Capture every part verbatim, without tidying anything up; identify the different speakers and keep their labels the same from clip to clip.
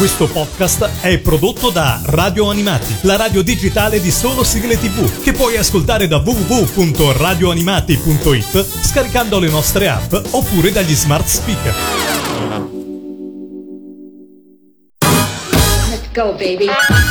Speaker 1: Questo podcast è prodotto da Radio Animati, la radio digitale di solo sigle tivù, che puoi ascoltare da w w w punto radio animati punto i t scaricando le nostre app oppure dagli smart speaker.
Speaker 2: Let's go, baby.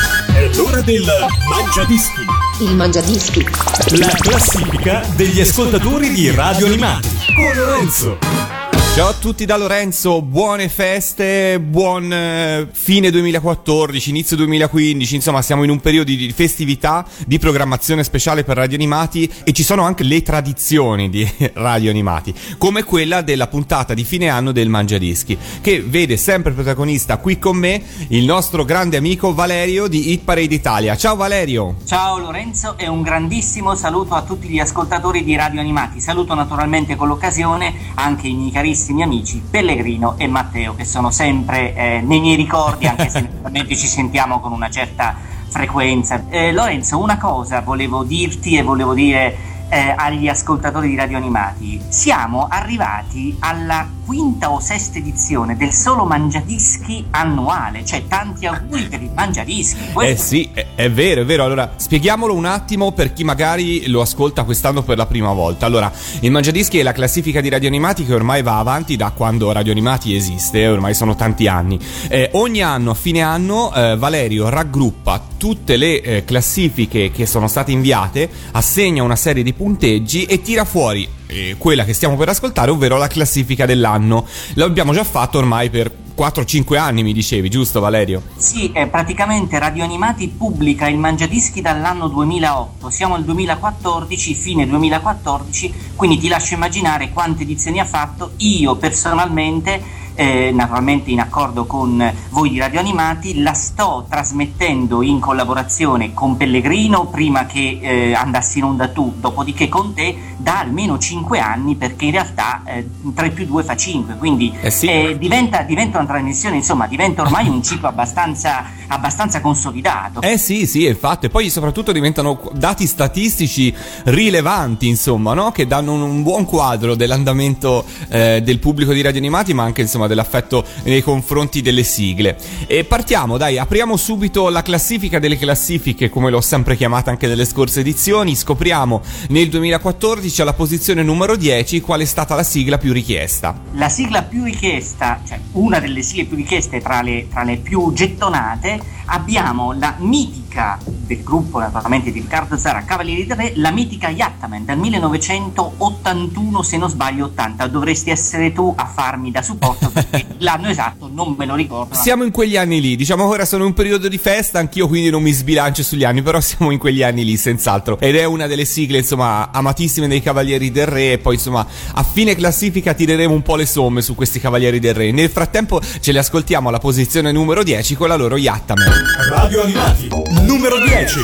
Speaker 1: È l'ora del Mangiadischi.
Speaker 2: Il Mangiadischi.
Speaker 1: La classifica degli ascoltatori di Radio Animati con Lorenzo.
Speaker 3: Ciao a tutti da Lorenzo, buone feste, buon eh, fine duemilaquattordici, inizio duemilaquindici, insomma siamo in un periodo di festività, di programmazione speciale per Radio Animati e ci sono anche le tradizioni di Radio Animati, come quella della puntata di fine anno del Mangiadischi, che vede sempre protagonista qui con me il nostro grande amico Valerio di Hit Parade Italia. Ciao Valerio!
Speaker 4: Ciao Lorenzo e un grandissimo saluto a tutti gli ascoltatori di Radio Animati. Saluto naturalmente con l'occasione anche i miei carissimi amici Pellegrino e Matteo, che sono sempre eh, nei miei ricordi, anche se naturalmente ci sentiamo con una certa frequenza. eh, Lorenzo, una cosa volevo dirti e volevo dire eh, agli ascoltatori di Radio Animati: siamo arrivati alla quinta o sesta edizione del solo Mangiadischi annuale, cioè tanti auguri per il Mangiadischi. Questo...
Speaker 3: Eh sì, è, è vero, è vero. Allora, spieghiamolo un attimo per chi magari lo ascolta quest'anno per la prima volta. Allora, il Mangiadischi è la classifica di Radio Animati che ormai va avanti da quando Radio Animati esiste, ormai sono tanti anni. Eh, ogni anno, a fine anno, eh, Valerio raggruppa tutte le eh, classifiche che sono state inviate, assegna una serie di punteggi e tira fuori eh, quella che stiamo per ascoltare, ovvero la classifica dell'anno. L'abbiamo già fatto ormai per quattro cinque anni, mi dicevi, giusto Valerio?
Speaker 4: Sì, eh, praticamente Radio Animati pubblica il Mangiadischi dall'anno duemilaotto, siamo al duemilaquattordici, fine duemilaquattordici, quindi ti lascio immaginare quante edizioni ha fatto. Io personalmente, Eh, naturalmente in accordo con voi di Radio Animati, la sto trasmettendo in collaborazione con Pellegrino prima che eh, andassi in onda tu, dopodiché con te da almeno cinque anni, perché in realtà eh, tre più due fa cinque, quindi
Speaker 3: eh sì.
Speaker 4: eh, diventa, diventa una trasmissione, insomma diventa ormai un ciclo abbastanza, abbastanza consolidato.
Speaker 3: Eh sì, sì, infatti, e poi soprattutto diventano dati statistici rilevanti, insomma, no? Che danno un, un buon quadro dell'andamento eh, del pubblico di Radio Animati, ma anche insomma dell'affetto nei confronti delle sigle. E partiamo, dai, apriamo subito la classifica delle classifiche, come l'ho sempre chiamata anche nelle scorse edizioni. Scopriamo nel duemilaquattordici alla posizione numero dieci qual è stata la sigla più richiesta.
Speaker 4: La sigla più richiesta, cioè una delle sigle più richieste tra le, tra le più gettonate, abbiamo la mitica del gruppo naturalmente di Riccardo Zara, Cavalieri del Re, la mitica Yattaman del millenovecentottantuno, se non sbaglio ottanta. Dovresti essere tu a farmi da supporto perché l'anno esatto non me lo ricordo.
Speaker 3: Siamo in quegli anni lì, diciamo che ora sono in un periodo di festa, anch'io quindi non mi sbilancio sugli anni, però siamo in quegli anni lì senz'altro, ed è una delle sigle insomma amatissime dei Cavalieri del Re. E poi insomma a fine classifica tireremo un po' le somme su questi Cavalieri del Re. Nel frattempo ce li ascoltiamo alla posizione numero dieci con la loro Yattaman.
Speaker 1: Radio Animati numero dieci.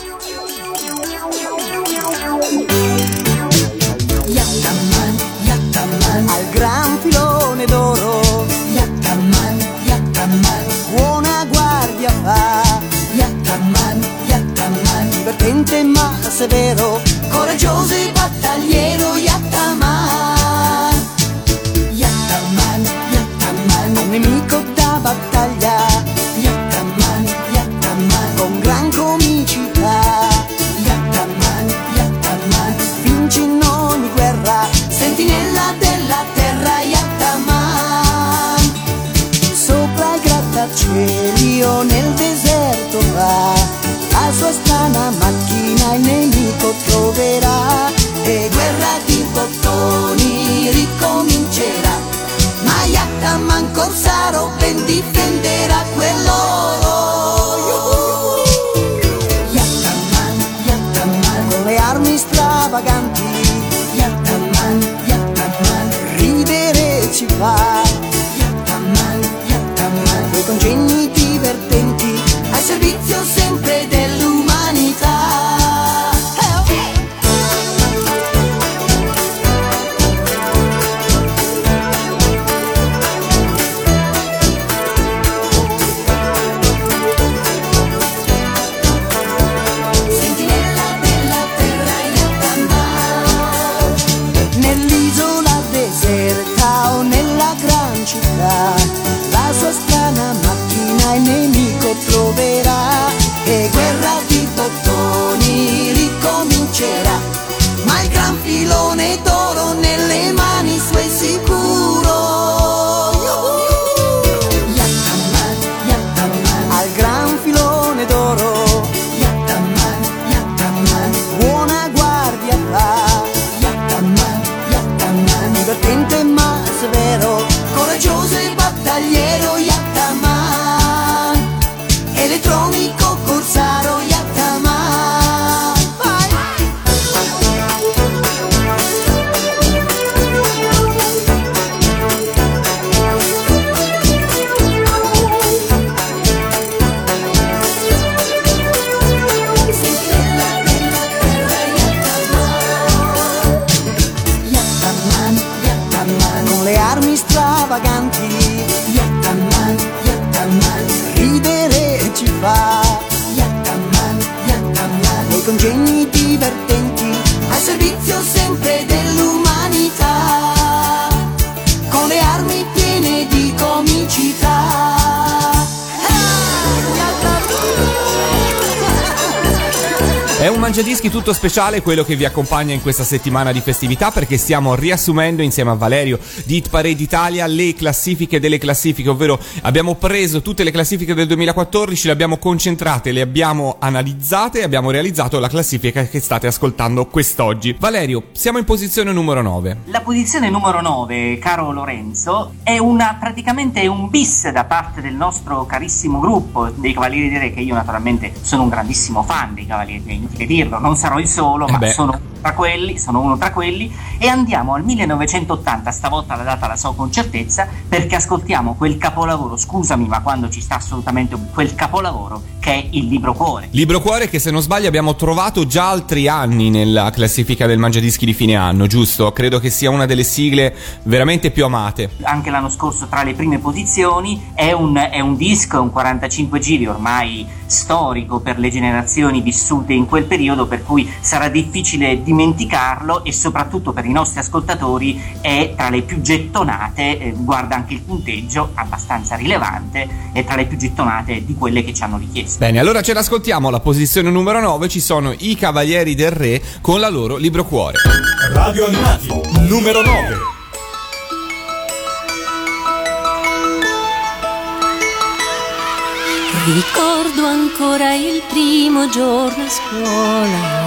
Speaker 5: Yattaman, Yattaman, al gran filone d'oro. Yattaman, Yattaman, buona guardia fa. Yattaman, Yattaman, divertente ma severo, coraggioso e battagliero. Yattaman, Yattaman, Yattaman, al nemico da battaglia. Yattaman, Yattaman, con gran comicità. Yattaman, Yattaman, vince in ogni guerra, sentinella della terra. Yattaman, sopra il grattacieli o nel deserto va, la sua strana macchina il nemico troverà, e guerra di bottoni ricomincerà, ma Yattaman corsaro ben difenderà quell'oro. Yattaman, Yattaman, con le armi stravaganti. Yattaman, Yattaman, ridere ci fa. Yattaman, Yattaman, quei congegni di
Speaker 3: È un Mangiadischi tutto speciale, quello che vi accompagna in questa settimana di festività, perché stiamo riassumendo insieme a Valerio di Hit Parade Italia le classifiche delle classifiche, ovvero abbiamo preso tutte le classifiche del duemilaquattordici, le abbiamo concentrate, le abbiamo analizzate e abbiamo realizzato la classifica che state ascoltando quest'oggi. Valerio, siamo in posizione numero nove.
Speaker 4: La posizione numero nove, caro Lorenzo, è una praticamente un bis da parte del nostro carissimo gruppo dei Cavalieri del Re, che io naturalmente sono un grandissimo fan dei Cavalieri del Re, inutile dirlo, non sarò il solo,
Speaker 3: eh
Speaker 4: ma
Speaker 3: beh.
Speaker 4: sono tra quelli, sono uno tra quelli, e andiamo al millenovecentottanta, stavolta la data la so con certezza, perché ascoltiamo quel capolavoro, scusami, ma quando ci sta assolutamente quel capolavoro che è il Libro Cuore.
Speaker 3: Libro Cuore che, se non sbaglio, abbiamo trovato già altri anni nella classifica del Mangiadischi di fine anno, giusto? Credo che sia una delle sigle veramente più amate.
Speaker 4: Anche l'anno scorso tra le prime posizioni, è un, è un disco, un quarantacinque giri ormai storico per le generazioni vissute in quel periodo, per cui sarà difficile dimenticarlo, e soprattutto per i nostri ascoltatori è tra le più gettonate, eh, guarda anche il punteggio abbastanza rilevante, è tra le più gettonate di quelle che ci hanno richiesto.
Speaker 3: Bene, allora ce l'ascoltiamo. Alla posizione numero nove ci sono i Cavalieri del Re con la loro Libro Cuore.
Speaker 1: Radio Animati, numero nove.
Speaker 6: Ricordo ancora il primo giorno a scuola,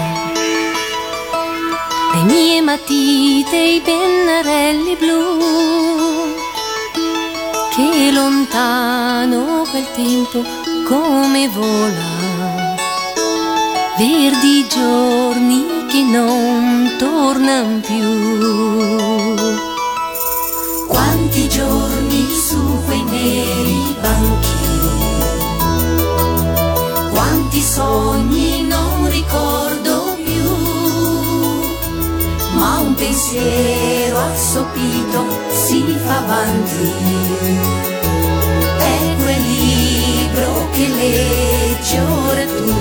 Speaker 6: le mie matite e i pennarelli blu, che lontano quel tempo come vola, verdi giorni che non tornan più. Quanti giorni su quei neri banchi, quanti sogni non ricordo più, ma un pensiero assopito si fa avanti, è quel libro che leggi ora tu.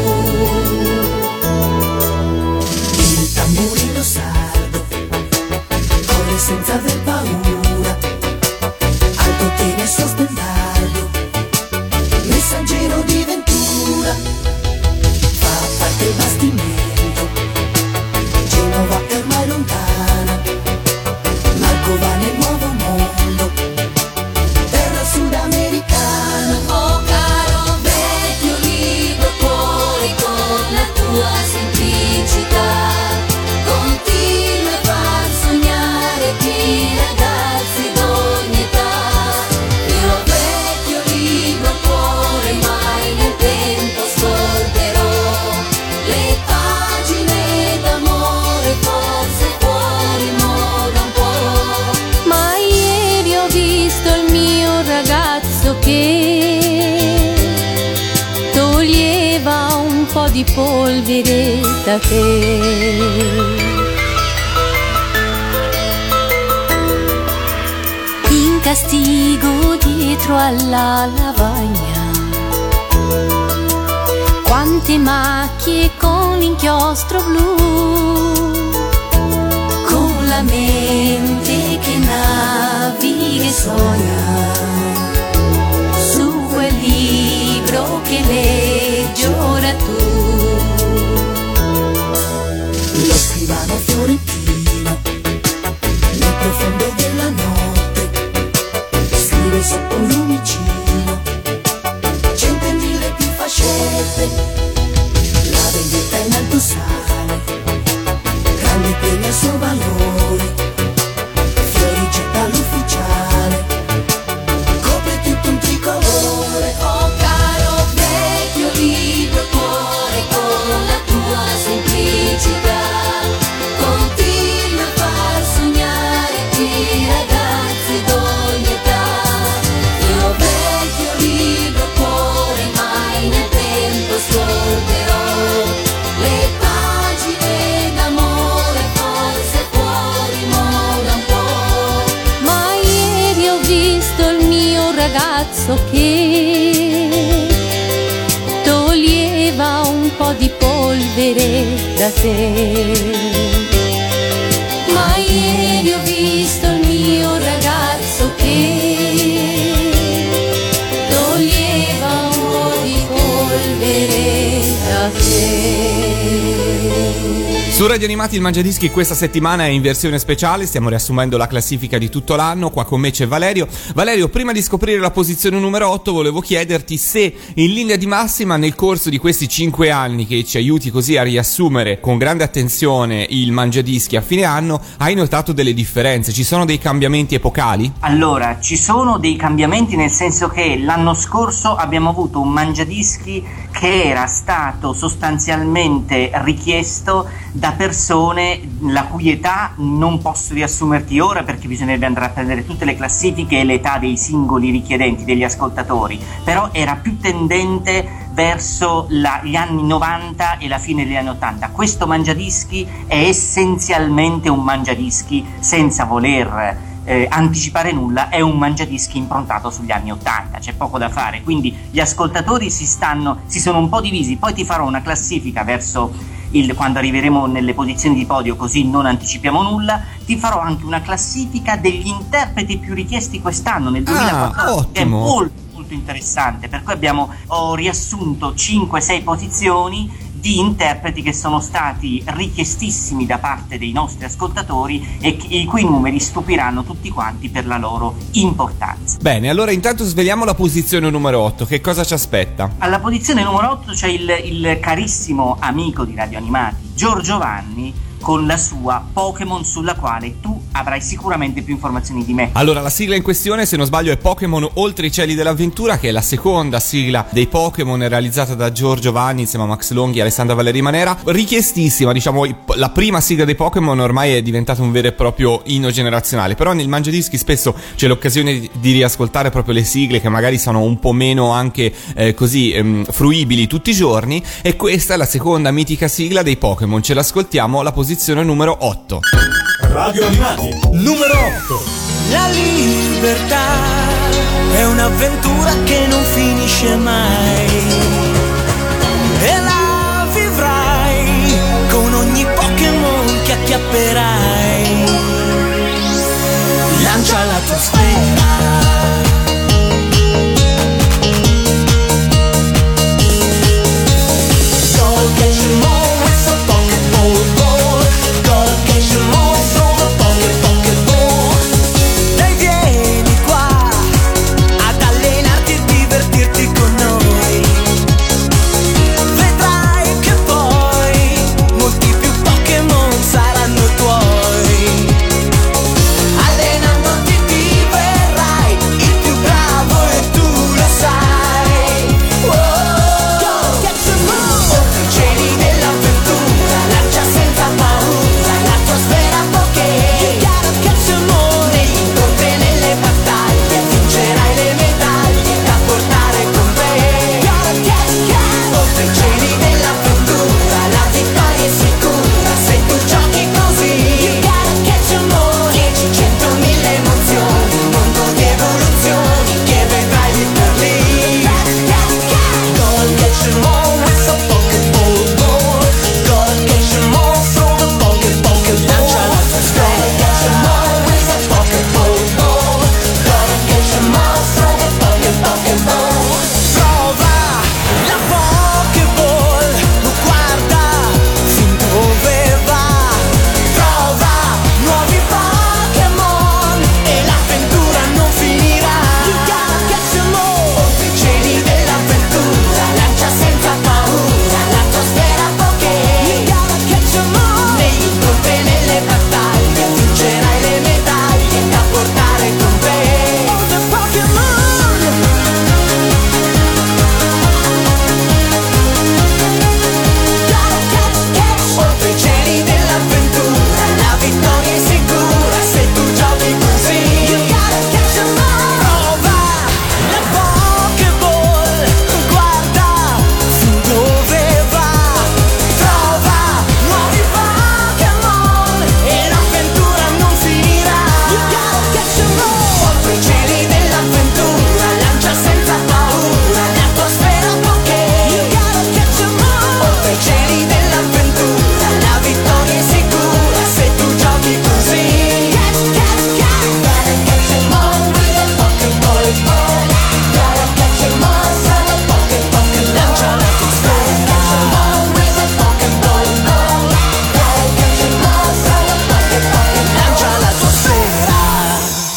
Speaker 6: Il tamburino sardo corre senza aver paura, alto tiene il suo stendardo, messaggero di ventura, fa parte il bastimento, Genova è ormai lontana, Marcova nel nuovo mondo, terra sudamericana. Oh caro vecchio libro cuore, con la tua semplicità continua a far sognare chi ragazzi d'ogni età. Io vecchio libro cuore, mai nel tempo scorderò le pagine d'amore, forse fuori moda un po'. Ma ieri ho visto il mio ragazzo che toglieva un po' di polvere da te. In castigo dietro alla lavagna, quante macchie con l'inchiostro blu, con la mente che naviga e sogna, su quel libro che leggi ora tu. Lo scrivano fiorentino nel profondo della notte, scrive sotto un lumicino cento e mille più fascette, la vendetta in alto sale, grande premio al suo valore, fiori getta l'ufficiale, copre tutto un tricolore. Oh caro vecchio libro cuore, con la tua semplicità continua a far sognare i ragazzi d'ogni età. Io vecchio libro cuore, mai nel tempo scorderò le pagine d'amore, forse fuori moda un po'. Ma ieri ho visto il mio ragazzo che toglieva un po' di polvere da te. Ma ieri ho visto il mio ragazzo che toglieva un po' di polvere da te.
Speaker 3: Su Radio Animati il Mangiadischi questa settimana è in versione speciale, stiamo riassumendo la classifica di tutto l'anno, qua con me c'è Valerio. Valerio, prima di scoprire la posizione numero otto volevo chiederti se in linea di massima nel corso di questi cinque anni che ci aiuti così a riassumere con grande attenzione il Mangiadischi a fine anno, hai notato delle differenze, ci sono dei cambiamenti epocali?
Speaker 4: Allora, ci sono dei cambiamenti nel senso che l'anno scorso abbiamo avuto un Mangiadischi che era stato sostanzialmente richiesto da persone la cui età non posso riassumerti ora perché bisognerebbe andare a prendere tutte le classifiche e l'età dei singoli richiedenti, degli ascoltatori, però era più tendente verso la, gli anni novanta e la fine degli anni ottanta. Questo Mangiadischi è essenzialmente un Mangiadischi, senza voler Eh, anticipare nulla, è un Mangiadischi improntato sugli anni ottanta, c'è poco da fare, quindi gli ascoltatori si stanno si sono un po' divisi. Poi ti farò una classifica verso il, quando arriveremo nelle posizioni di podio, così non anticipiamo nulla. Ti farò anche una classifica degli interpreti più richiesti quest'anno nel duemilaquattordici,
Speaker 3: ah,
Speaker 4: che è molto molto interessante, per cui abbiamo ho riassunto cinque sei posizioni di interpreti che sono stati richiestissimi da parte dei nostri ascoltatori e i cui numeri stupiranno tutti quanti per la loro importanza.
Speaker 3: Bene, allora intanto sveliamo la posizione numero otto, che cosa ci aspetta?
Speaker 4: Alla posizione numero otto c'è il, il carissimo amico di Radio Animati, Giorgio Vanni, con la sua Pokémon, sulla quale tu avrai sicuramente più informazioni di me.
Speaker 3: Allora, la sigla in questione, se non sbaglio, è Pokémon Oltre i cieli dell'avventura, che è la seconda sigla dei Pokémon realizzata da Giorgio Vanni insieme a Max Longhi e Alessandra Valeri Manera. Richiestissima, diciamo, la prima sigla dei Pokémon ormai è diventata un vero e proprio inno generazionale, però nel Mangiadischi spesso c'è l'occasione di riascoltare proprio le sigle che magari sono un po' meno anche eh, così ehm, fruibili tutti i giorni, e questa è la seconda mitica sigla dei Pokémon. Ce l'ascoltiamo alla posizione numero otto.
Speaker 1: Radio Animati numero otto.
Speaker 5: La libertà è un'avventura che non finisce mai e la vivrai con ogni Pokémon che acchiapperai. Lancia la tua sfera,
Speaker 7: Allenandoti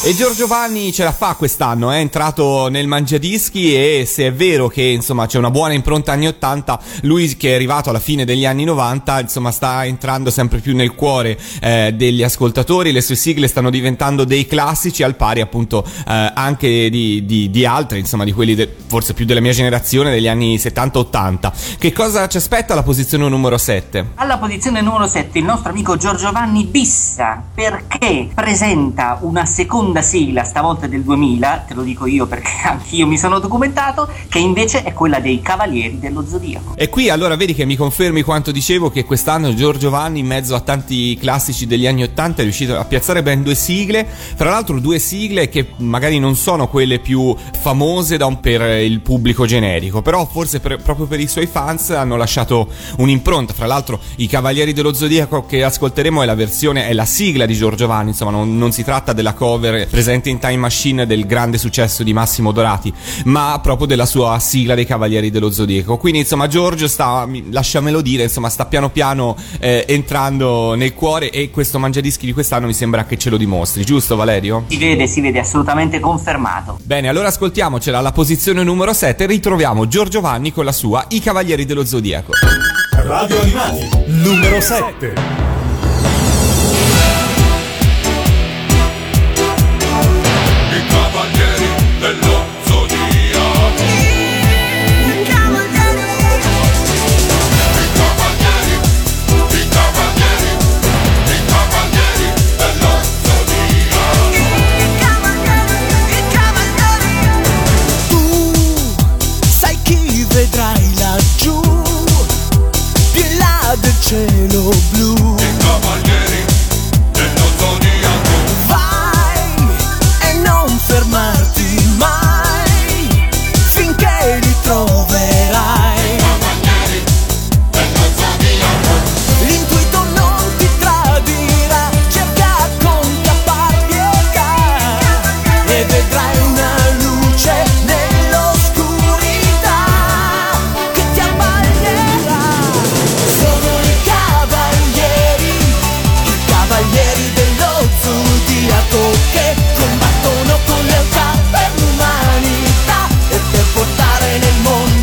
Speaker 3: E Giorgio Vanni ce la fa quest'anno, è entrato nel Mangiadischi e se è vero che insomma c'è una buona impronta anni ottanta, lui che è arrivato alla fine degli anni novanta insomma sta entrando sempre più nel cuore eh, degli ascoltatori, le sue sigle stanno diventando dei classici al pari appunto eh, anche di, di, di altre, insomma di quelli de, forse più della mia generazione degli anni settanta ottanta. Che cosa ci aspetta alla posizione numero sette?
Speaker 4: Alla posizione numero sette il nostro amico Giorgio Vanni bissa perché presenta una seconda sigla, stavolta del duemila, te lo dico io perché anch'io mi sono documentato, che invece è quella dei Cavalieri dello Zodiaco.
Speaker 3: E qui allora vedi che mi confermi quanto dicevo, che quest'anno Giorgio Vanni in mezzo a tanti classici degli anni ottanta è riuscito a piazzare ben due sigle, fra l'altro due sigle che magari non sono quelle più famose da un, per il pubblico generico, però forse per, proprio per i suoi fans hanno lasciato un'impronta. Fra l'altro i Cavalieri dello Zodiaco che ascolteremo è la versione, è la sigla di Giorgio Vanni, insomma non, non si tratta della cover presente in Time Machine del grande successo di Massimo Dorati, ma proprio della sua sigla dei Cavalieri dello Zodiaco. Quindi insomma Giorgio sta, lasciamelo dire, insomma sta piano piano eh, entrando nel cuore e questo Mangiadischi di quest'anno mi sembra che ce lo dimostri, giusto Valerio?
Speaker 4: Si vede, si vede, assolutamente confermato.
Speaker 3: Bene, allora ascoltiamocela alla posizione numero sette e ritroviamo Giorgio Vanni con la sua I Cavalieri dello Zodiaco.
Speaker 1: Radio Animati, numero sette.
Speaker 7: Dello Zodiaco. I cavalieri, i cavalieri, i cavalieri, i cavalieri dello Zodiaco. I cavalieri, i cavalieri.
Speaker 5: Tu sai chi vedrai laggiù, più in là del cielo blu.
Speaker 7: I cavalieri dello Zodiaco.
Speaker 5: Vai e non fermarti mai finché li troverai.
Speaker 7: Cavalieri dello Zodiaco.
Speaker 5: L'intuito non ti tradirà, cerca con caparbietà e vedrai una luce nell'oscurità che ti abbaglierà. Sono i cavalieri, i cavalieri dello Zodiaco che combattono con lealtà per l'umanità e per portare nel mondo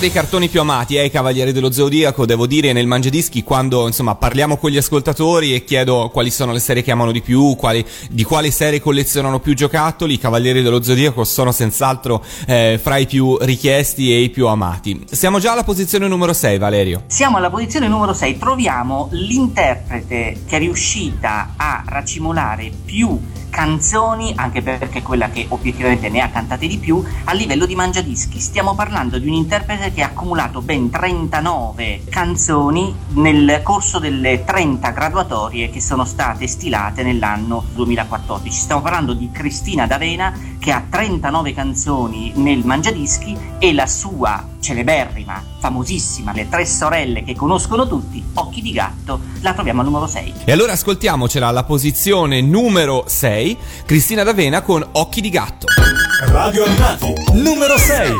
Speaker 3: dei cartoni più amati è I Cavalieri dello Zodiaco, devo dire, nel Mangiadischi, quando insomma parliamo con gli ascoltatori e chiedo quali sono le serie che amano di più, quali, di quali serie collezionano più giocattoli, I Cavalieri dello Zodiaco sono senz'altro eh, fra i più richiesti e i più amati. Siamo già alla posizione numero sei, Valerio.
Speaker 4: Siamo alla posizione numero sei, troviamo l'interprete che è riuscita a racimolare più canzoni, anche perché è quella che obiettivamente ne ha cantate di più a livello di Mangiadischi. Stiamo parlando di un interprete che ha accumulato ben trentanove canzoni nel corso delle trenta graduatorie che sono state stilate nell'anno duemilaquattordici. Stiamo parlando di Cristina D'Avena, che ha trentanove canzoni nel Mangiadischi, e la sua celeberrima, famosissima, Le tre sorelle che conoscono tutti, Occhi di gatto, la troviamo al numero sei.
Speaker 3: E allora ascoltiamocela alla posizione numero sei, Cristina D'Avena con Occhi di gatto.
Speaker 1: Radio Animati, numero sei.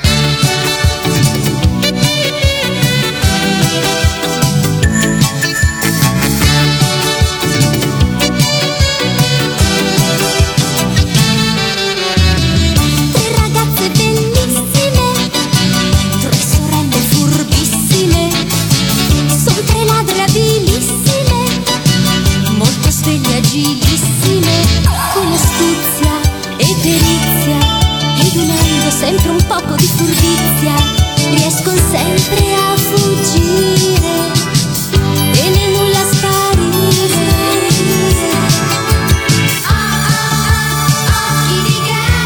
Speaker 6: Agilissime, con astuzia e perizia, ed unendo sempre un poco di furbizia, riescono sempre a fuggire e nel nulla sparire. Occhi di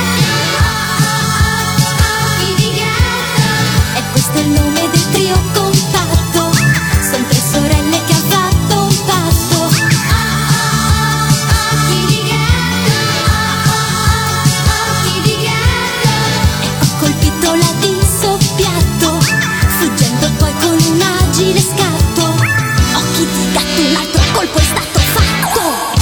Speaker 6: gatto, occhi di gatto, e questo è il nome del trio compatto, son tre sorelle che han fatto un patto. Scatto, occhi di gatto, un altro colpo è stato fatto.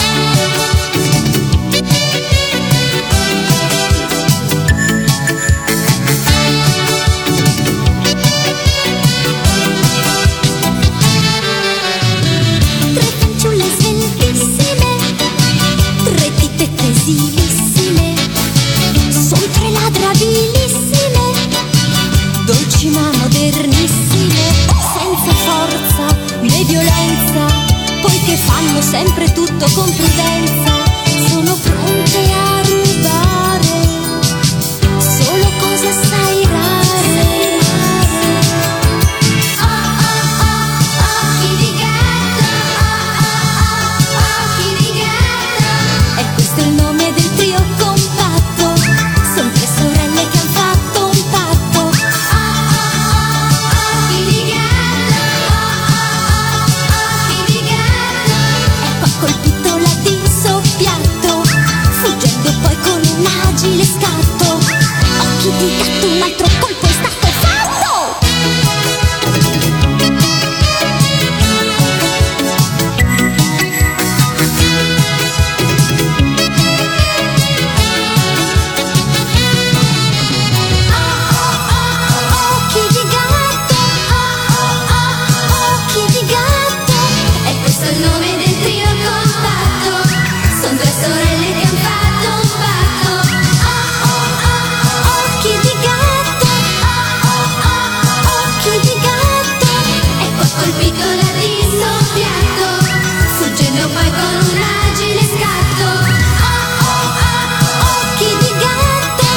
Speaker 6: Tre fanciulle sveltissime, tre titte tesilissime, son tre ladre abilissime, dolci ma modernissime, senza forza né violenza, poiché fanno sempre tutto con prudenza, sono pronte a rubare solo cose assai rare. Oh, oh, oh, occhi di gatto, oh, oh, oh, occhi di gatto, e questo è il nome del trio compatto, son tre sorelle che han fatto un patto. Oh, oh, oh, occhi di gatto, occhi di gatto, e poi colpito la di soppiatto, fuggendo poi con un agile scatto. Occhi di gatto, un altro colpo è stato fatto. Occhi di gatto, occhi di gatto, e questo è il nome del trio compatto, son tre sorelle che han fatto un patto. Occhi di gatto, occhi di gatto, e poi colpito da di soppiatto, fuggendo poi con un agile scatto. Occhi di gatto,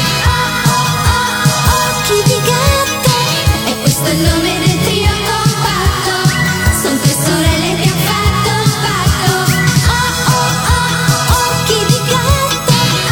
Speaker 6: occhi di gatto, e questo è il nome del trio compatto, son tre sorelle che han fatto un patto. Occhi di gatto,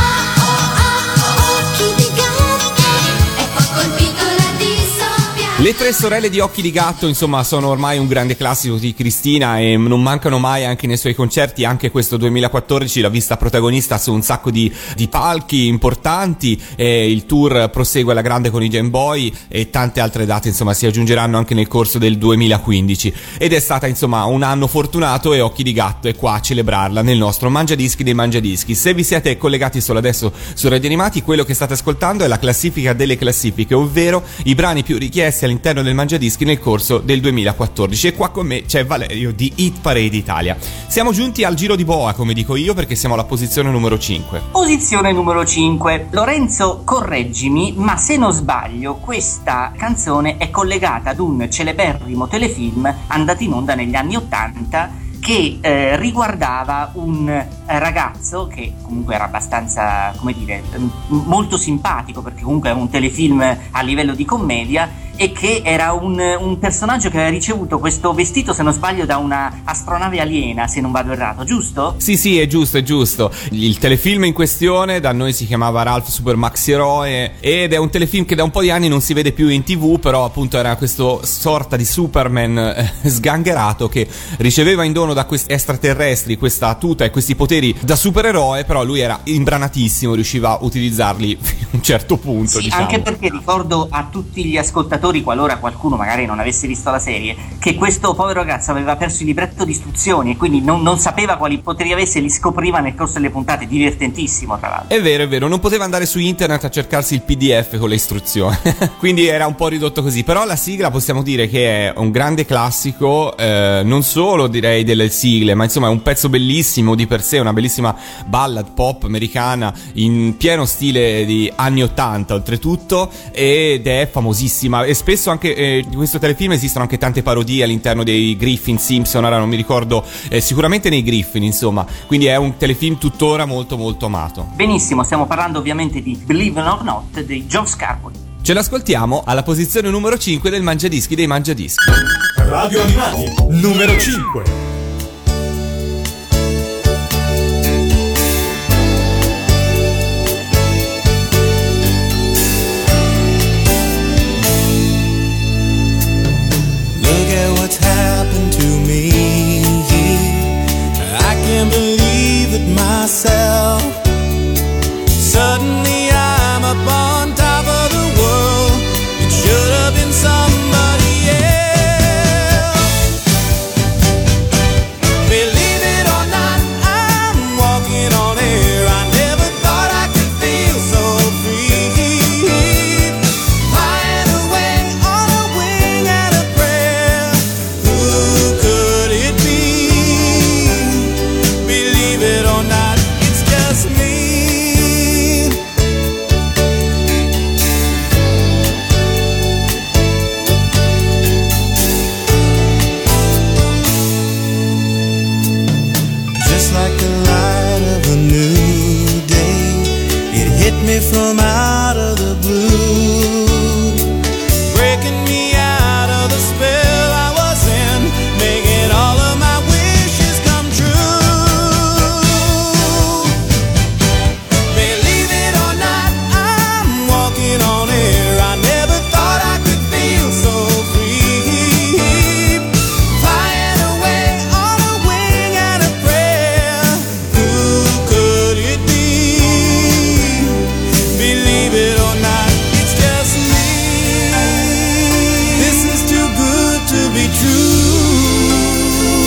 Speaker 6: occhi di gatto, e poi colpito da di soppiatto.
Speaker 3: Le tre sorelle di Occhi di gatto, insomma, sono ormai un grande classico di Cristina e non mancano mai anche nei suoi concerti. Anche questo duemilaquattordici l'ha vista protagonista su un sacco di, di palchi importanti, e il tour prosegue alla grande con i Game Boy, e tante altre date insomma si aggiungeranno anche nel corso del duemilaquindici, ed è stata insomma un anno fortunato, e Occhi di gatto è qua a celebrarla nel nostro Mangiadischi dei Mangiadischi. Se vi siete collegati solo adesso su Radio Animati, quello che state ascoltando è la classifica delle classifiche, ovvero i brani più richiesti all'interno all'interno del Mangiadischi nel corso del duemilaquattordici. E qua con me c'è Valerio di Hit Parade Italia. Siamo giunti al giro di boa, come dico io, perché siamo alla posizione numero cinque.
Speaker 4: Posizione numero cinque. Lorenzo, correggimi, ma se non sbaglio questa canzone è collegata ad un celeberrimo telefilm andato in onda negli anni ottanta che eh, riguardava un eh, ragazzo che comunque era abbastanza, come dire, m- molto simpatico, perché comunque è un telefilm a livello di commedia, e che era un, un personaggio che aveva ricevuto questo vestito, se non sbaglio, da una astronave aliena, se non vado errato, giusto?
Speaker 3: Sì, sì, è giusto, è giusto. Il telefilm in questione da noi si chiamava Ralph Super Maxi Eroe, ed è un telefilm che da un po' di anni non si vede più in tv, però appunto era questo sorta di Superman eh, sgangherato che riceveva in dono da questi extraterrestri questa tuta e questi poteri da supereroe, però lui era imbranatissimo, riusciva a utilizzarli fino a un certo punto,
Speaker 4: sì,
Speaker 3: diciamo.
Speaker 4: Anche perché ricordo a tutti gli ascoltatori, qualora qualcuno magari non avesse visto la serie, che questo povero ragazzo aveva perso il libretto di istruzioni e quindi non, non sapeva quali poteri avesse, li scopriva nel corso delle puntate. Divertentissimo, tra l'altro.
Speaker 3: È vero, è vero, non poteva andare su internet a cercarsi il P D F con le istruzioni quindi era un po' ridotto così. Però la sigla possiamo dire che è un grande classico, eh, non solo direi delle sigle, ma insomma è un pezzo bellissimo di per sé, una bellissima ballad pop americana in pieno stile di anni ottanta oltretutto, ed è famosissima. E spesso anche eh, di questo telefilm esistono anche tante parodie all'interno dei Griffin, Simpson, ora non mi ricordo, eh, sicuramente nei Griffin, insomma. Quindi è un telefilm tuttora molto molto amato.
Speaker 4: Benissimo, stiamo parlando ovviamente di Believe It or Not di John Scarpoli.
Speaker 3: Ce l'ascoltiamo alla posizione numero cinque del Mangiadischi dei Mangiadischi.
Speaker 1: Radio Animati, numero cinque.
Speaker 5: What's happened to me? I can't believe it myself. Suddenly I'm up on top of the world. It should have been somebody else. Believe it or not, I'm walking on air. I never thought I could feel so free. Flying away on a wing and a prayer. Who could it be? Believe it or not, it's just me. Just like the light of a new day, it hit me from out of the blue, breaking me out of the spell I was in, making all of my wishes come true. Believe it or not, I'm walking on air. I never thought I could feel so free. Flying away on a wing and a prayer. Who could it be? Believe it or not, it's just me. This is too good to be true.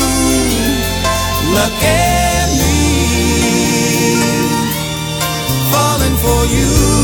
Speaker 5: Look at me, falling for you.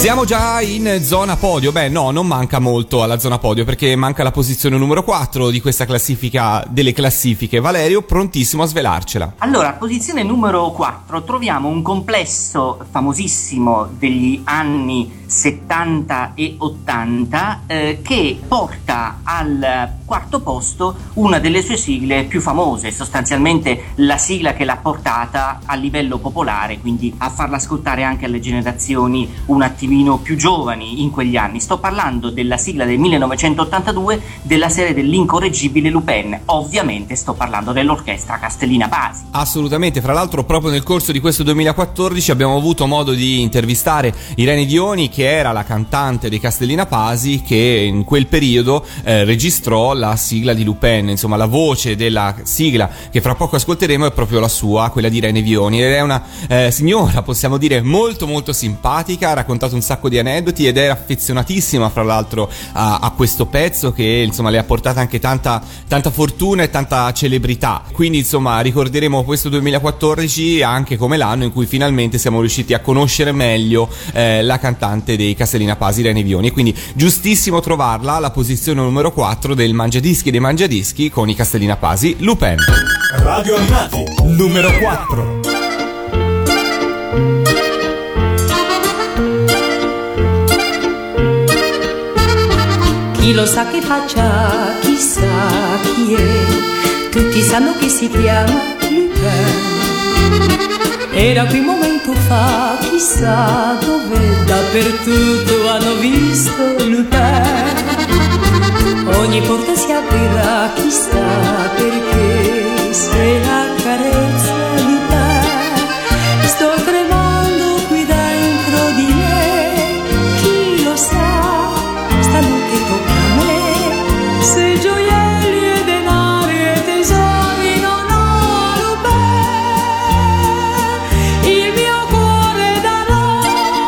Speaker 3: Siamo già in zona podio. Beh, no, non manca molto alla zona podio, perché manca la posizione numero quattro di questa classifica delle classifiche. Valerio, prontissimo a svelarcela.
Speaker 4: Allora, posizione numero quattro troviamo un complesso famosissimo degli anni settanta e ottanta eh, che porta al quarto posto una delle sue sigle più famose, sostanzialmente la sigla che l'ha portata a livello popolare, quindi a farla ascoltare anche alle generazioni un attimino più giovani in quegli anni. Sto parlando della sigla del millenovecentottantadue della serie dell'incorreggibile Lupin. Ovviamente sto parlando dell'orchestra Castellina Pasi.
Speaker 3: Assolutamente, fra l'altro proprio nel corso di questo duemilaquattordici abbiamo avuto modo di intervistare Irene Dioni, che era la cantante dei Castellina Pasi, che in quel periodo eh, registrò la sigla di Lupin. Insomma, la voce della sigla che fra poco ascolteremo è proprio la sua, quella di Irene Dioni, ed è una eh, signora, possiamo dire, molto molto simpatica, ha raccontato un sacco di aneddoti ed è affezionatissima fra l'altro a, a questo pezzo, che insomma le ha portato anche tanta, tanta fortuna e tanta celebrità. Quindi insomma ricorderemo questo duemilaquattordici anche come l'anno in cui finalmente siamo riusciti a conoscere meglio eh, la cantante dei Castellina Pasi, Irene Dioni, e quindi giustissimo trovarla alla posizione numero quattro del Mangiadischi dei Mangiadischi con i Castellina Pasi, Lupin.
Speaker 1: Radio Animati, numero quattro.
Speaker 8: Chi lo sa che faccia, chissà chi è, tutti sanno che si chiama Lupin. Era qui un momento fa, chissà dove, dappertutto hanno visto Lupin. Ogni porta si aprirà, chissà perché, se la carezza Lupin. Sto tremando qui dentro di me, chi lo sa, stanotte tocca a me, se gioielli e denari e tesori non ho Lupin, il mio cuore darò.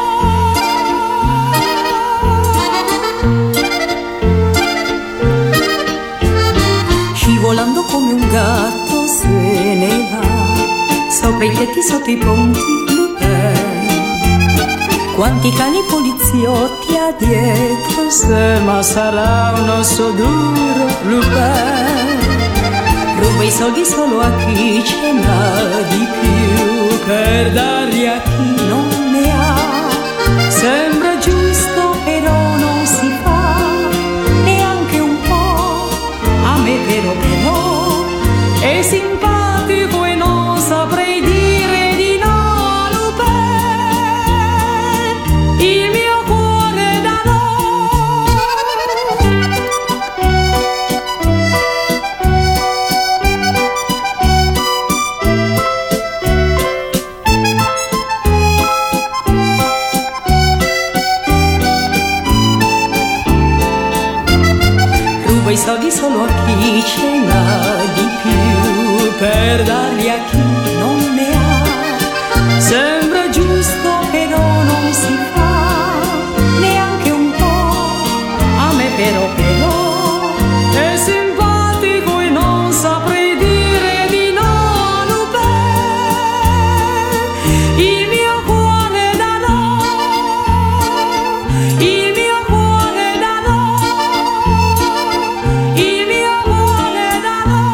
Speaker 8: Scivolando come un gatto se ne va, sopra i tetti, sotto i ponti, Lupin. Quanti cani poliziotti ha dietro sé, ma sarà un osso duro, Lupin. Ruba i soldi solo a chi ce n'ha di più, per darli a chi non ne ha. Sembra giusto però non si fa, neanche un po', a me però però è simpatico e non saprei dire di no, Lupin, il mio cuore darò. Ruba i soldi solo a chi ce n'ha di più, per darli a chi non ne ha. Sembra giusto però non si fa, neanche un po', a me però però è simpatico e non saprei dire di no, Lupin, il mio cuore darò, il mio cuore darò, il mio cuore darò,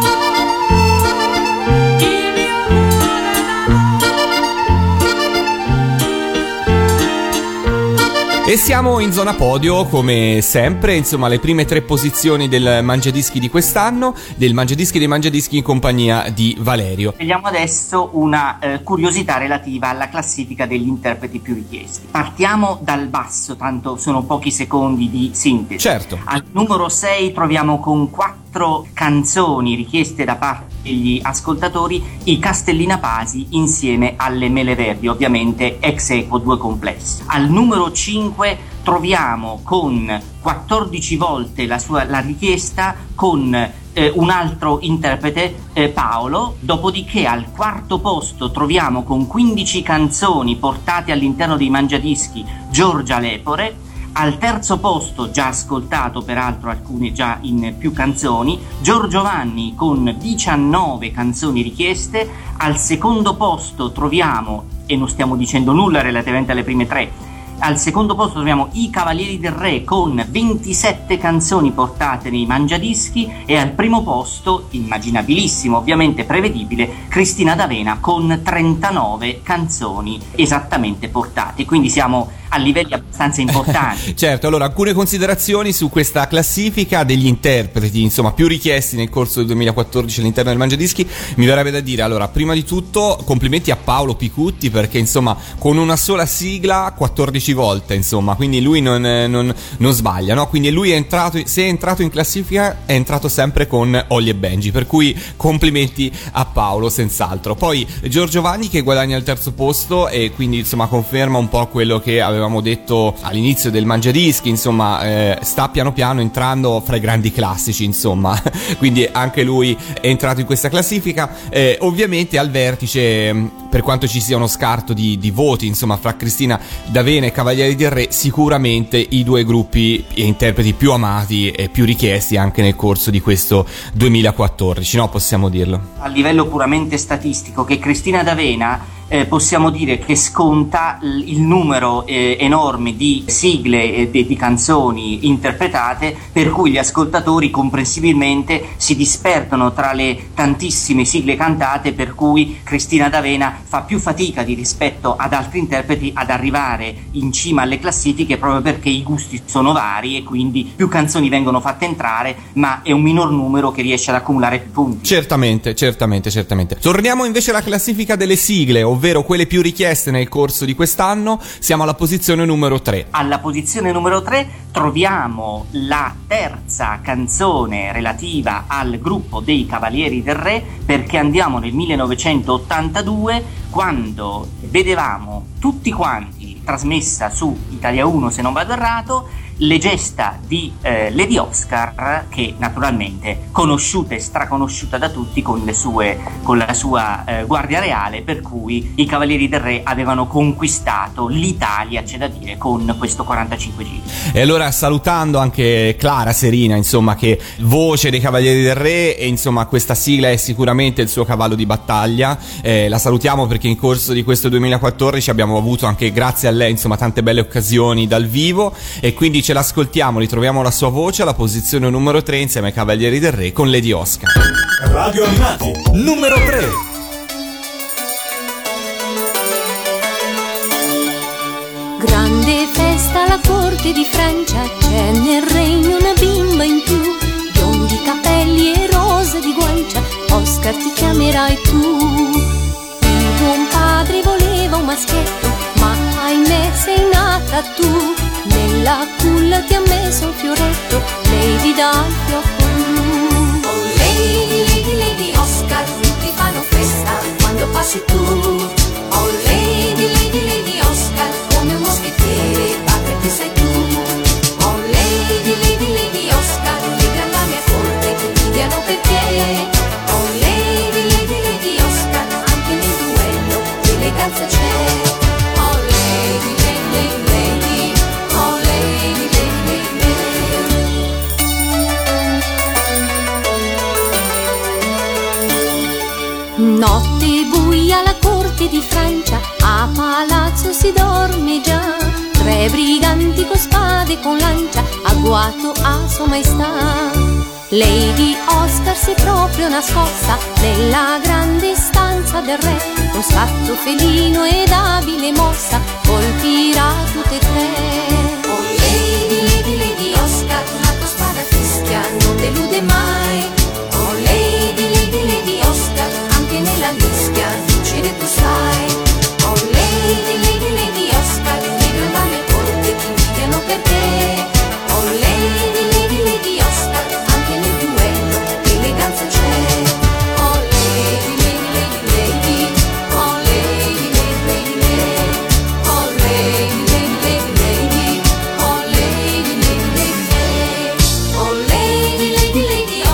Speaker 8: il mio cuore darò.
Speaker 3: E siamo in zona podio come sempre, insomma le prime tre posizioni del Mangiadischi di quest'anno, del Mangiadischi dei Mangiadischi in compagnia di Valerio.
Speaker 4: Vediamo adesso una eh, curiosità relativa alla classifica degli interpreti più richiesti. Partiamo dal basso, tanto sono pochi secondi di sintesi.
Speaker 3: Certo.
Speaker 4: Al numero sei troviamo con quattro canzoni richieste da parte degli ascoltatori i Castellina Pasi insieme alle Mele Verdi, ovviamente ex equo due complessi. Al numero cinque troviamo con quattordici volte la sua la richiesta con eh, un altro interprete, eh, Paolo. Dopodiché al quarto posto troviamo con quindici canzoni portate all'interno dei Mangiadischi Giorgia Lepore. Al terzo posto, già ascoltato peraltro alcune già in più canzoni, Giorgio Vanni con diciannove canzoni richieste. Al secondo posto troviamo, e non stiamo dicendo nulla relativamente alle prime tre, Al secondo posto troviamo i Cavalieri del Re con ventisette canzoni portate nei mangiadischi, e al primo posto, immaginabilissimo, ovviamente prevedibile, Cristina D'Avena con trentanove canzoni esattamente portate, quindi siamo a livelli abbastanza importanti.
Speaker 3: Certo, allora alcune considerazioni su questa classifica degli interpreti, insomma, più richiesti nel corso del duemilaquattordici all'interno del Mangiadischi. Mi verrebbe da dire, allora, prima di tutto complimenti a Paolo Picutti, perché insomma con una sola sigla quattordici volte, insomma, quindi lui non, non, non sbaglia, no? Quindi lui è entrato, se è entrato in classifica è entrato sempre con Olly e Benji, per cui complimenti a Paolo senz'altro. Poi Giorgio Vanni che guadagna il terzo posto, e quindi insomma conferma un po' quello che avevamo detto all'inizio del Mangiadischi, insomma, eh, sta piano piano entrando fra i grandi classici, insomma, quindi anche lui è entrato in questa classifica. Eh, ovviamente al vertice, per quanto ci sia uno scarto di, di voti, insomma, fra Cristina D'Avena e Cavalieri del Re, sicuramente i due gruppi e interpreti più amati e più richiesti anche nel corso di questo duemilaquattordici, no? Possiamo dirlo.
Speaker 4: A livello puramente statistico, che Cristina D'Avena Eh, possiamo dire che sconta l- il numero eh, enorme di sigle e di, di canzoni interpretate, per cui gli ascoltatori comprensibilmente si disperdono tra le tantissime sigle cantate, per cui Cristina D'Avena fa più fatica di rispetto ad altri interpreti ad arrivare in cima alle classifiche, proprio perché i gusti sono vari e quindi più canzoni vengono fatte entrare, ma è un minor numero che riesce ad accumulare più punti.
Speaker 3: Certamente, certamente, certamente. Torniamo invece alla classifica delle sigle, ovvero quelle più richieste nel corso di quest'anno. Siamo alla posizione numero tre.
Speaker 4: Alla posizione numero tre troviamo la terza canzone relativa al gruppo dei Cavalieri del Re, perché andiamo nel millenovecentottantadue, quando vedevamo tutti quanti, trasmessa su Italia uno se non vado errato, le gesta di eh, Lady Oscar, che naturalmente conosciuta e straconosciuta da tutti con le sue con la sua eh, Guardia Reale, per cui i Cavalieri del Re avevano conquistato l'Italia, c'è da dire, con questo quarantacinque giri.
Speaker 3: E allora, salutando anche Clara Serina, insomma, che voce dei Cavalieri del Re, e insomma questa sigla è sicuramente il suo cavallo di battaglia, eh, la salutiamo perché in corso di questo duemilaquattordici abbiamo avuto anche grazie a lei, insomma, tante belle occasioni dal vivo, e quindi ce l'ascoltiamo, ritroviamo la sua voce alla posizione numero tre insieme ai Cavalieri del Re con Lady Oscar.
Speaker 1: Radio Animati, numero tre.
Speaker 6: Grande festa alla corte di Francia, c'è nel regno una bimba in più, biondi capelli e rose di guancia, Oscar ti chiamerai tu. Il buon padre voleva un maschietto, ma ahimè sei nata tu, nella culla ti ha messo un fioretto, Lady dal fiocco blu. Oh Lady, Lady, Lady Oscar, tutti fanno festa quando passi tu. Oh Lady, Lady, Lady Oscar, come un moschettiere, padre che sei tu. Oh Lady, Lady, Lady Oscar, le grandi alla mia corte ti invidiano per te. Oh Lady, Lady, Lady Oscar, anche nel duello l'eleganza c'è. Oh Lady, Lady, Lady, oh Lady, Lady, Lady. Notte buia alla corte di Francia, a palazzo si dorme già, tre briganti con spade e con lancia, agguato a sua maestà. Lady Oscar si è proprio nascosta nella grande stanza del re, con scatto felino ed abile mossa colpirà tutte e tre. Oh Lady, Lady, Lady Oscar, la tua spada fischia non delude mai. Oh Lady, Lady, Lady Oscar, anche nella mischia vincere tu sai. Oh Lady, Lady, Lady Oscar, le grandi alle corte ti invidiano per te. Oh Lady, Lady, Lady Oscar, anche nel duello l'eleganza c'è. Oh Lady, Lady, Lady, Lady, oh Lady, Lady, Lady, Lady, oh Lady, Lady, Lady, Lady, oh Lady, Lady, Lady, Lady, oh Lady, Lady, Lady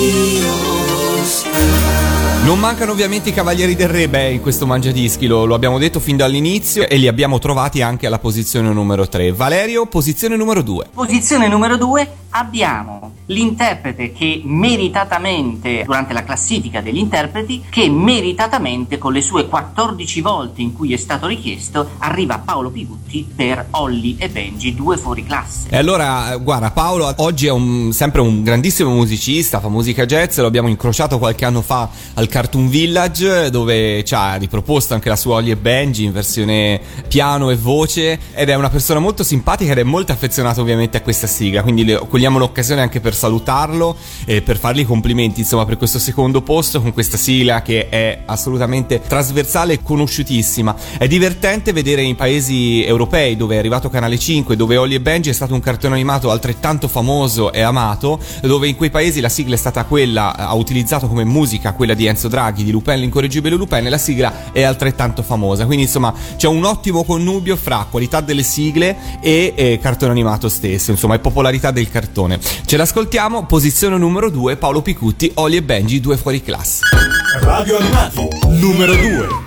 Speaker 3: Non mancano ovviamente i Cavalieri del Re, beh, in questo Mangiadischi, lo, lo abbiamo detto fin dall'inizio e li abbiamo trovati anche alla posizione numero tre. Valerio, posizione numero due.
Speaker 4: Posizione numero due abbiamo l'interprete che meritatamente, durante la classifica degli interpreti, che meritatamente con le sue quattordici volte in cui è stato richiesto, arriva Paolo Pigutti per Holly e Benji, due fuori classe.
Speaker 3: E allora, guarda, Paolo oggi è un, sempre un grandissimo musicista, fa musica jazz, lo abbiamo incrociato qualche anno fa al Cartoon Village, dove ci ha riproposto anche la sua Holly e Benji in versione piano e voce, ed è una persona molto simpatica ed è molto affezionato ovviamente a questa sigla, quindi le, cogliamo l'occasione anche per salutarlo e per fargli i complimenti, insomma, per questo secondo posto con questa sigla che è assolutamente trasversale e conosciutissima. È divertente vedere in paesi europei dove è arrivato Canale cinque, dove Holly e Benji è stato un cartone animato altrettanto famoso e amato, dove in quei paesi la sigla è stata quella, ha utilizzato come musica quella di Enzo Draghi, di Lupin l'incorreggibile Lupin, e la sigla è altrettanto famosa, quindi insomma c'è un ottimo connubio fra qualità delle sigle e eh, cartone animato stesso, insomma, e popolarità del cartone. Ce l'ascoltiamo, posizione numero due, Paolo Pigutti, Holly e Benji, due fuori classe.
Speaker 1: Radio Animati, numero due.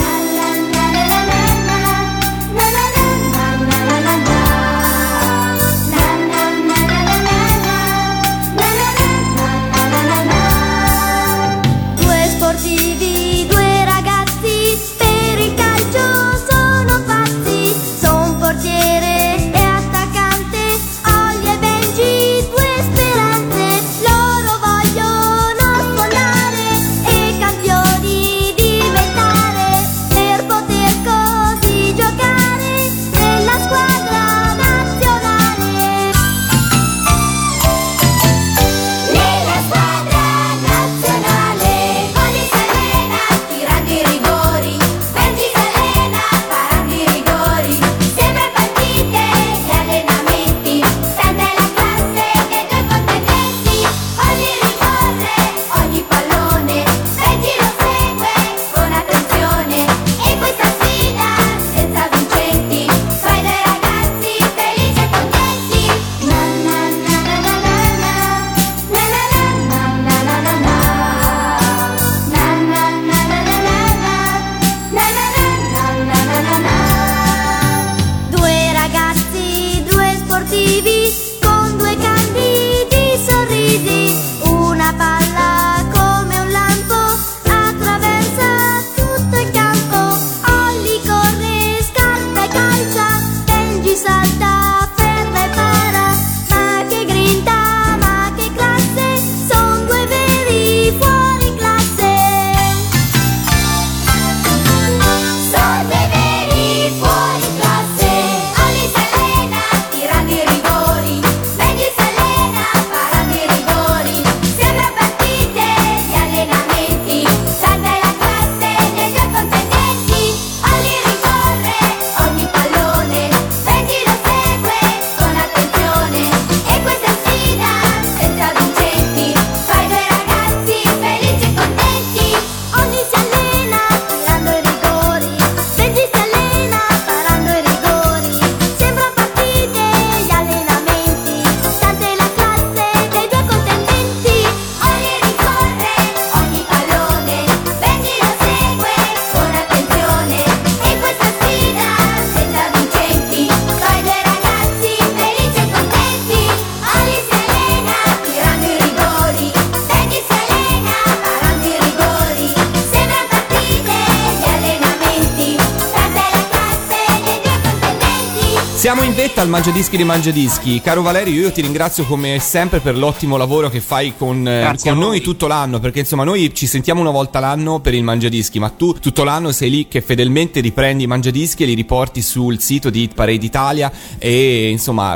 Speaker 3: Siamo in vetta al Mangiadischi di Mangiadischi. Caro Valerio, io ti ringrazio come sempre per l'ottimo lavoro che fai con, eh, con noi tutto l'anno, perché insomma noi ci sentiamo una volta l'anno per il Mangiadischi, ma tu tutto l'anno sei lì che fedelmente riprendi i Mangiadischi e li riporti sul sito di Hit Parade Italia e insomma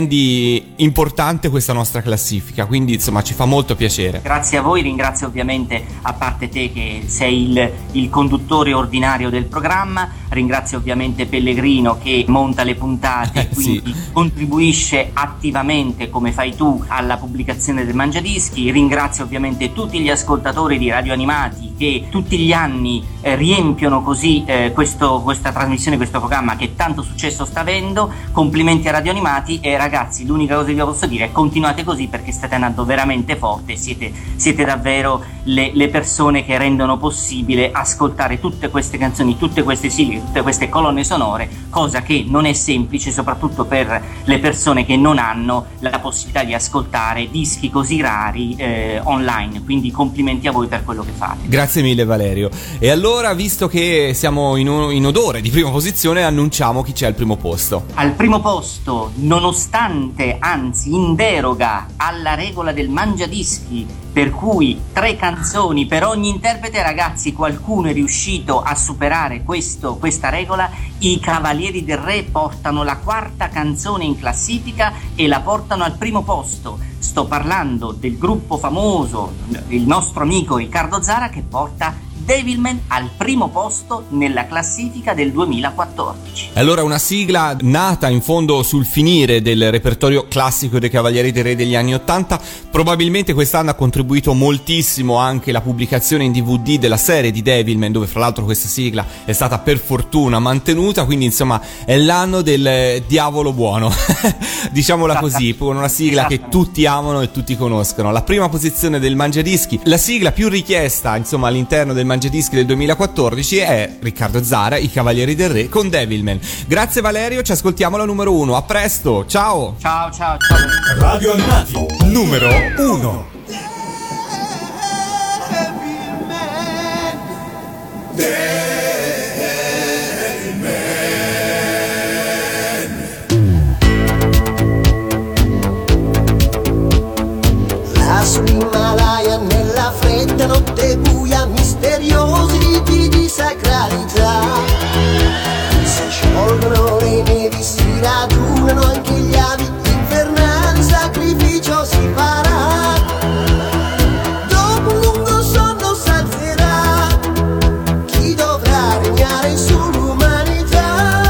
Speaker 3: rendi importante questa nostra classifica, quindi insomma ci fa molto piacere.
Speaker 4: Grazie a voi, ringrazio ovviamente a parte te che sei il, il conduttore ordinario del programma, ringrazio ovviamente Pellegrino che monta le puntate puntate, quindi
Speaker 3: Sì.
Speaker 4: contribuisce attivamente come fai tu alla pubblicazione del Mangiadischi. Ringrazio ovviamente tutti gli ascoltatori di Radio Animati che tutti gli anni eh, riempiono così eh, questo, questa trasmissione, questo programma che tanto successo sta avendo. Complimenti a Radio Animati e ragazzi, l'unica cosa che vi posso dire è continuate così perché state andando veramente forte, siete, siete davvero le, le persone che rendono possibile ascoltare tutte queste canzoni, tutte queste sigle, tutte queste colonne sonore, cosa che non è semplice soprattutto per le persone che non hanno la possibilità di ascoltare dischi così rari eh, online, quindi complimenti a voi per quello che fate.
Speaker 3: Grazie mille Valerio. E allora, visto che siamo in, un, in odore di prima posizione, annunciamo chi c'è al primo posto.
Speaker 4: Al primo posto, nonostante, anzi in deroga alla regola del Mangiadischi, per cui tre canzoni per ogni interprete, ragazzi, qualcuno è riuscito a superare questo, questa regola. I Cavalieri del Re portano la quarta canzone in classifica e la portano al primo posto. Sto parlando del gruppo famoso, il nostro amico Riccardo Zara, che porta Devilman al primo posto nella classifica del duemilaquattordici.
Speaker 3: Allora, una sigla nata in fondo sul finire del repertorio classico dei Cavalieri del Re degli anni ottanta. Probabilmente quest'anno ha contribuito moltissimo anche la pubblicazione in D V D della serie di Devilman, dove fra l'altro questa sigla è stata per fortuna mantenuta, quindi insomma è l'anno del diavolo buono diciamola così, con una sigla che tutti amano e tutti conoscono. La prima posizione del Mangiadischi, la sigla più richiesta insomma all'interno del Mangiadischi del duemilaquattordici, è Riccardo Zara, I Cavalieri del Re con Devilman. Grazie Valerio, ci ascoltiamo la numero uno. A presto, ciao.
Speaker 4: Ciao ciao ciao.
Speaker 1: Radio Animati, numero uno.
Speaker 9: Là sull'Himalaya nella fredda notte buia, misteriosi riti di sacralità. Si sciolgono le nevi, si radunano anche gli avi, infernali sacrificio si farà. Dopo un lungo sonno salverà chi dovrà regnare sull'umanità.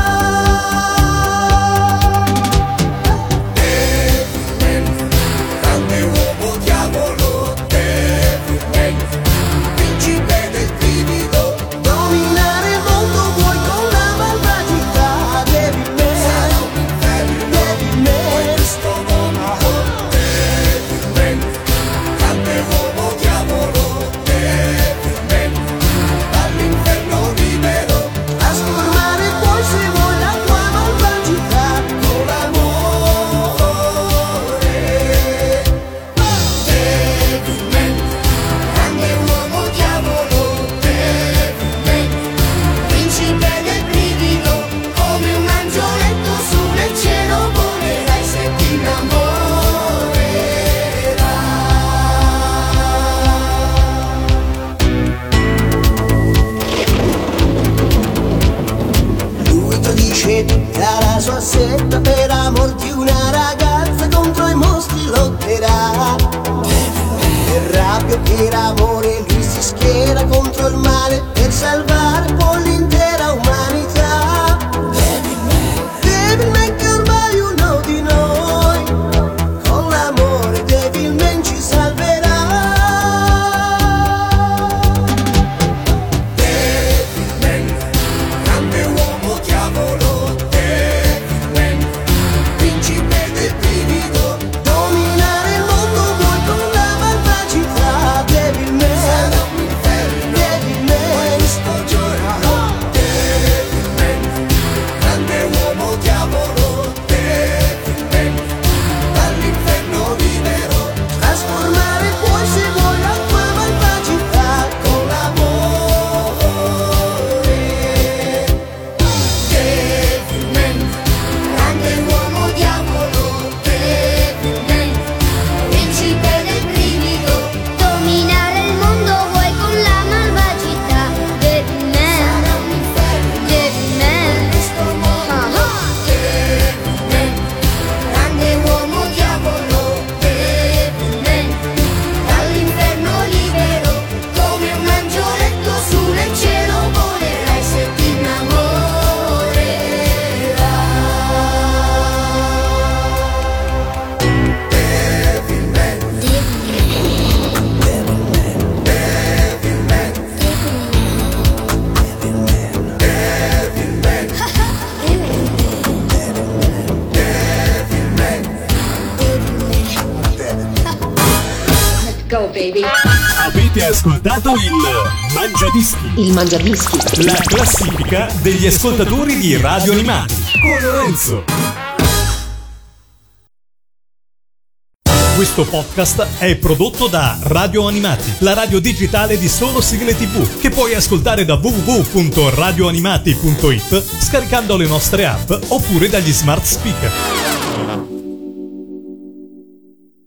Speaker 7: Devilman, grande uomo diavolo, Devilman, principe del brivido,
Speaker 9: Dominare il mondo vuoi con la malvagità. Devilman, Devilman,
Speaker 7: questo mondo, Devilman, grande uomo diavolo, Devilman, dall'inferno libero,
Speaker 9: trasformare poi se vuoi la tua malvagità
Speaker 7: con l'amore. Devilman, grande uomo diavolo, Devilman, principe del brivido, come un angioletto su nel cielo volerai se ti innamorerai.
Speaker 9: Lui ti dice tutta la sua setta per amor di una ragazza, contro i mostri lotterà. Per rabbia o per amore lui si schiera contro il male per salvare poi l'intera umanità. Devilman che ormai è uno di noi, con l'amore Devilman ci salverà.
Speaker 7: Devilman, grande uomo diavolo, Devilman, principe del brivido,
Speaker 9: Dominare il mondo vuoi con la malvagità. Devilman,
Speaker 7: sarà un inferno
Speaker 9: Devilman,
Speaker 7: questo giorno.
Speaker 2: baby.
Speaker 1: Avete ascoltato il Mangiadischi,
Speaker 2: Il Mangiadischi.
Speaker 1: la classifica degli ascoltatori di Radio Animati con Lorenzo. Questo podcast è prodotto da Radio Animati, la radio digitale di solo sigle tivù, che puoi ascoltare da w w w punto radio animati punto it scaricando le nostre app oppure dagli smart speaker.